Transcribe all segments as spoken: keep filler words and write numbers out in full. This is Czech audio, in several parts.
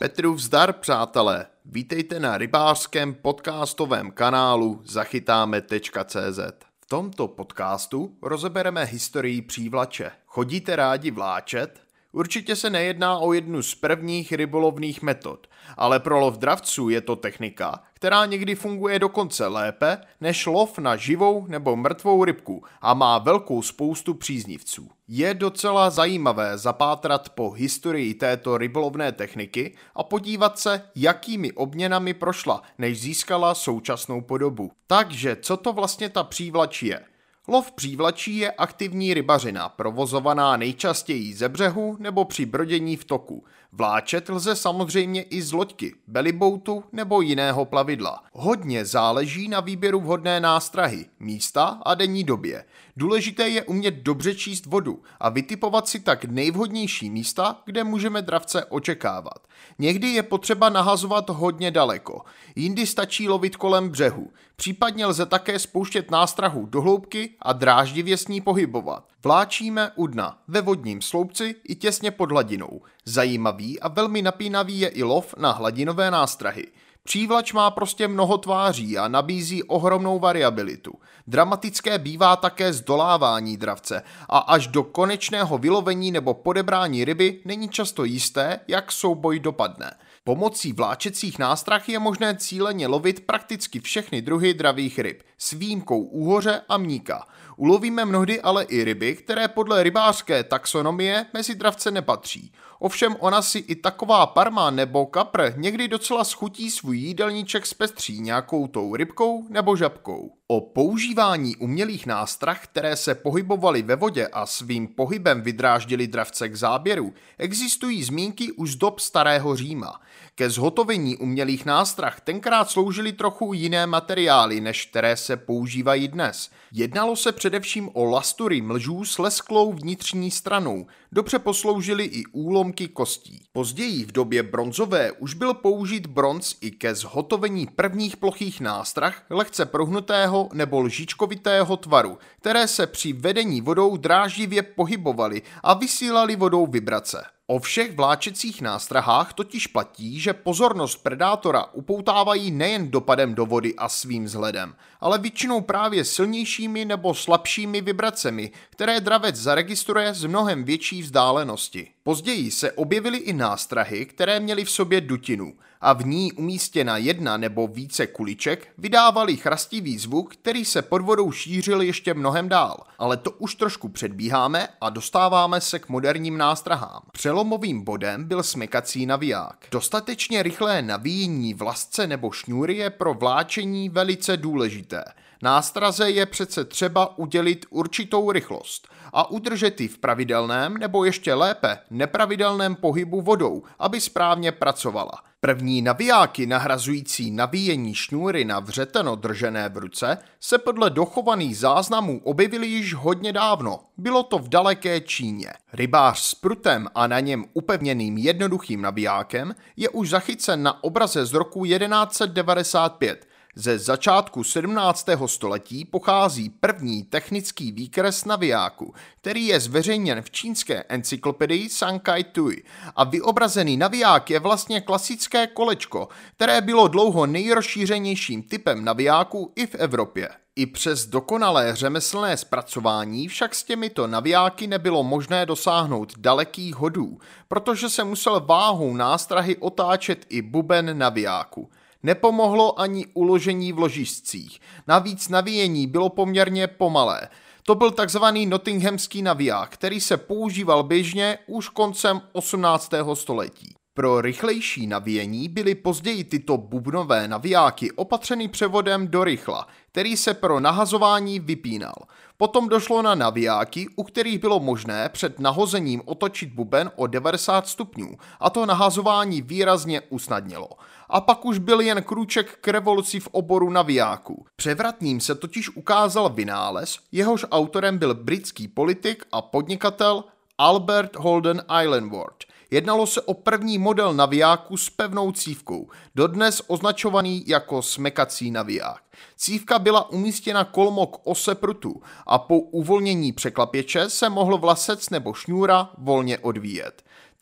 Petrův zdar, přátelé, vítejte na rybářském podcastovém kanálu zachytáme tečka cé zet. V tomto podcastu rozebereme historii přívlače. Chodíte rádi vláčet? Určitě se nejedná o jednu z prvních rybolovných metod, ale pro lov dravců je to technika, která někdy funguje dokonce lépe než lov na živou nebo mrtvou rybku a má velkou spoustu příznivců. Je docela zajímavé zapátrat po historii této rybolovné techniky a podívat se, jakými obměnami prošla, než získala současnou podobu. Takže co to vlastně ta přívlač je? Lov přívlačí je aktivní rybařina, provozovaná nejčastěji ze břehu nebo při brodění v toku. Vláčet lze samozřejmě i z loďky, beliboutu nebo jiného plavidla. Hodně záleží na výběru vhodné nástrahy, místa a denní době. Důležité je umět dobře číst vodu a vytipovat si tak nejvhodnější místa, kde můžeme dravce očekávat. Někdy je potřeba nahazovat hodně daleko, jindy stačí lovit kolem břehu. Případně lze také spouštět nástrahu do hloubky a dráždivě s ní pohybovat. Vláčíme u dna, ve vodním sloupci i těsně pod hladinou. Zajímavý a velmi napínavý je i lov na hladinové nástrahy. Přívlač má prostě mnoho tváří a nabízí ohromnou variabilitu. Dramatické bývá také zdolávání dravce a až do konečného vylovení nebo podebrání ryby není často jisté, jak souboj dopadne. Pomocí vláčecích nástrah je možné cíleně lovit prakticky všechny druhy dravých ryb, s výjimkou úhoře a mníka. Ulovíme mnohdy ale i ryby, které podle rybářské taxonomie mezi dravce nepatří. Ovšem ona si i taková parma nebo kapr někdy docela schutí svůj jídelníček zpestří nějakou tou rybkou nebo žabkou. O používání umělých nástrah, které se pohybovaly ve vodě a svým pohybem vydráždily dravce k záběru, existují zmínky už z dob starého Říma. Ke zhotovení umělých nástrah tenkrát sloužily trochu jiné materiály, než které se používají dnes. Jednalo se především o lastury mlžů s lesklou vnitřní stranou, dobře posloužily i úlomky kostí. Později v době bronzové už byl použit bronz i ke zhotovení prvních plochých nástrah lehce prohnutého nebo lžičkovitého tvaru, které se při vedení vodou dráždivě pohybovaly a vysílaly vodou vibrace. O všech vláčecích nástrahách totiž platí, že pozornost predátora upoutávají nejen dopadem do vody a svým vzhledem, ale většinou právě silnějšími nebo slabšími vibracemi, které dravec zaregistruje z mnohem větší vzdálenosti. Později se objevily i nástrahy, které měly v sobě dutinu a v ní umístěna jedna nebo více kuliček vydávaly chrastivý zvuk, který se pod vodou šířil ještě mnohem dál. Ale to už trošku předbíháme a dostáváme se k moderním nástrahám. Přelomovým bodem byl smykací naviják. Dostatečně rychlé navíjení vlasce nebo šňůry je pro vláčení velice důležité. Nástraze je přece třeba udělit určitou rychlost a udržet ji v pravidelném nebo ještě lépe nepravidelném pohybu vodou, aby správně pracovala. První navijáky nahrazující navíjení šňůry na vřeteno držené v ruce se podle dochovaných záznamů objevily již hodně dávno. Bylo to v daleké Číně. Rybář s prutem a na něm upevněným jednoduchým navijákem je už zachycen na obraze z roku jedenáct set devadesát pět. Ze začátku sedmnáctého století pochází první technický výkres navijáku, který je zveřejněn v čínské encyklopedii Sankaj Tui a vyobrazený naviják je vlastně klasické kolečko, které bylo dlouho nejrozšířenějším typem navijáku i v Evropě. I přes dokonalé řemeslné zpracování však s těmito navijáky nebylo možné dosáhnout dalekých hodů, protože se musel váhou nástrahy otáčet i buben navijáku. Nepomohlo ani uložení v ložišcích, navíc navíjení bylo poměrně pomalé. To byl takzvaný nottinghamský naviják, který se používal běžně už koncem osmnáctého století. Pro rychlejší navíjení byly později tyto bubnové navijáky opatřeny převodem do rychla, který se pro nahazování vypínal. Potom došlo na navijáky, u kterých bylo možné před nahozením otočit buben o devadesát stupňů a to nahazování výrazně usnadnilo. A pak už byl jen krůček k revoluci v oboru navijáků. Převratným se totiž ukázal vynález, jehož autorem byl britský politik a podnikatel Albert Holden Islandworth. Jednalo se o první model navijáku s pevnou cívkou, dodnes označovaný jako smekací naviják. Cívka byla umístěna kolmo k ose prutu a po uvolnění překlapěče se mohl vlasec nebo šňůra volně odvíjet.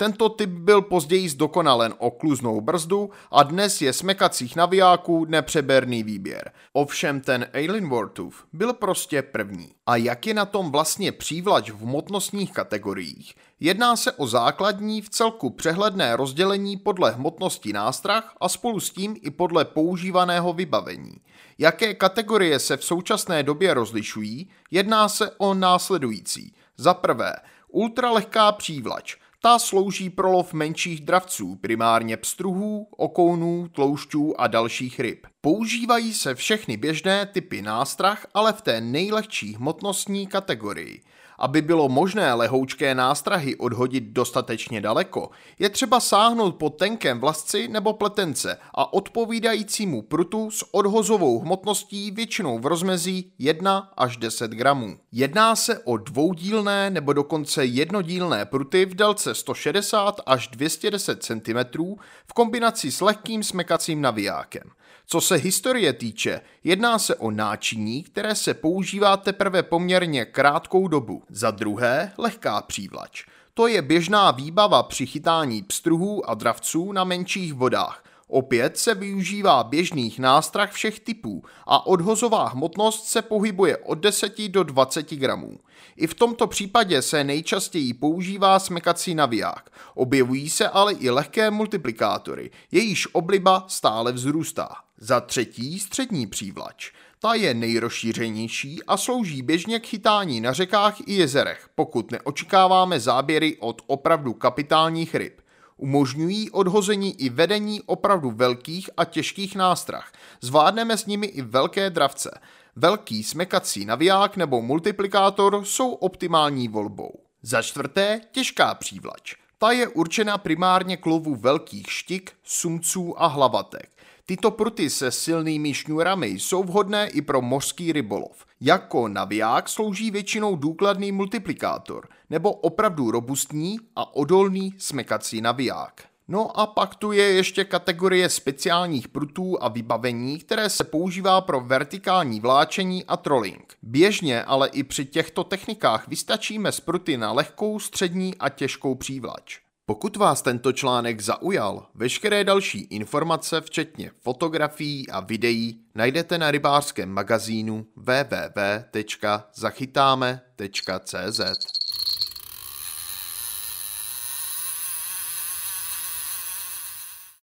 Tento typ byl později zdokonalen o kluznou brzdu a dnes je smekacích navijáků nepřeberný výběr. Ovšem ten Alienworthův byl prostě první. A jak je na tom vlastně přívlač v hmotnostních kategoriích? Jedná se o základní v celku přehledné rozdělení podle hmotnosti nástrah a spolu s tím i podle používaného vybavení. Jaké kategorie se v současné době rozlišují? Jedná se o následující. Za prvé, ultralehká přívlač. Ta slouží pro lov menších dravců, primárně pstruhů, okounů, tloušťů a dalších ryb. Používají se všechny běžné typy nástrah, ale v té nejlehčí hmotnostní kategorii. Aby bylo možné lehoučké nástrahy odhodit dostatečně daleko, je třeba sáhnout po tenkém vlasci nebo pletence a odpovídajícímu prutu s odhozovou hmotností většinou v rozmezí jedna až deset gramů. Jedná se o dvoudílné nebo dokonce jednodílné pruty v délce sto šedesát až dvě stě deset centimetrů v kombinaci s lehkým smekacím navijákem. Co se historie týče, jedná se o náčiní, které se používá teprve poměrně krátkou dobu. Za druhé, lehká přívlač. To je běžná výbava při chytání pstruhů a dravců na menších vodách. Opět se využívá běžných nástrah všech typů a odhozová hmotnost se pohybuje od deseti do dvaceti gramů. I v tomto případě se nejčastěji používá smekací naviják. Objevují se ale i lehké multiplikátory, jejíž obliba stále vzrůstá. Za třetí, střední přívlač. Ta je nejrozšířenější a slouží běžně k chytání na řekách i jezerech, pokud neočekáváme záběry od opravdu kapitálních ryb. Umožňují odhození i vedení opravdu velkých a těžkých nástrah. Zvládneme s nimi i velké dravce. Velký smekací naviják nebo multiplikátor jsou optimální volbou. Za čtvrté, těžká přívlač. Ta je určena primárně k lovu velkých štik, sumců a hlavatek. Tyto pruty se silnými šňůrami jsou vhodné i pro mořský rybolov. Jako naviják slouží většinou důkladný multiplikátor nebo opravdu robustní a odolný smekací naviják. No a pak tu je ještě kategorie speciálních prutů a vybavení, které se používá pro vertikální vláčení a trolling. Běžně ale i při těchto technikách vystačíme z pruty na lehkou, střední a těžkou přívlač. Pokud vás tento článek zaujal, veškeré další informace, včetně fotografií a videí, najdete na rybářském magazínu w w w tečka zachytáme tečka cé zet.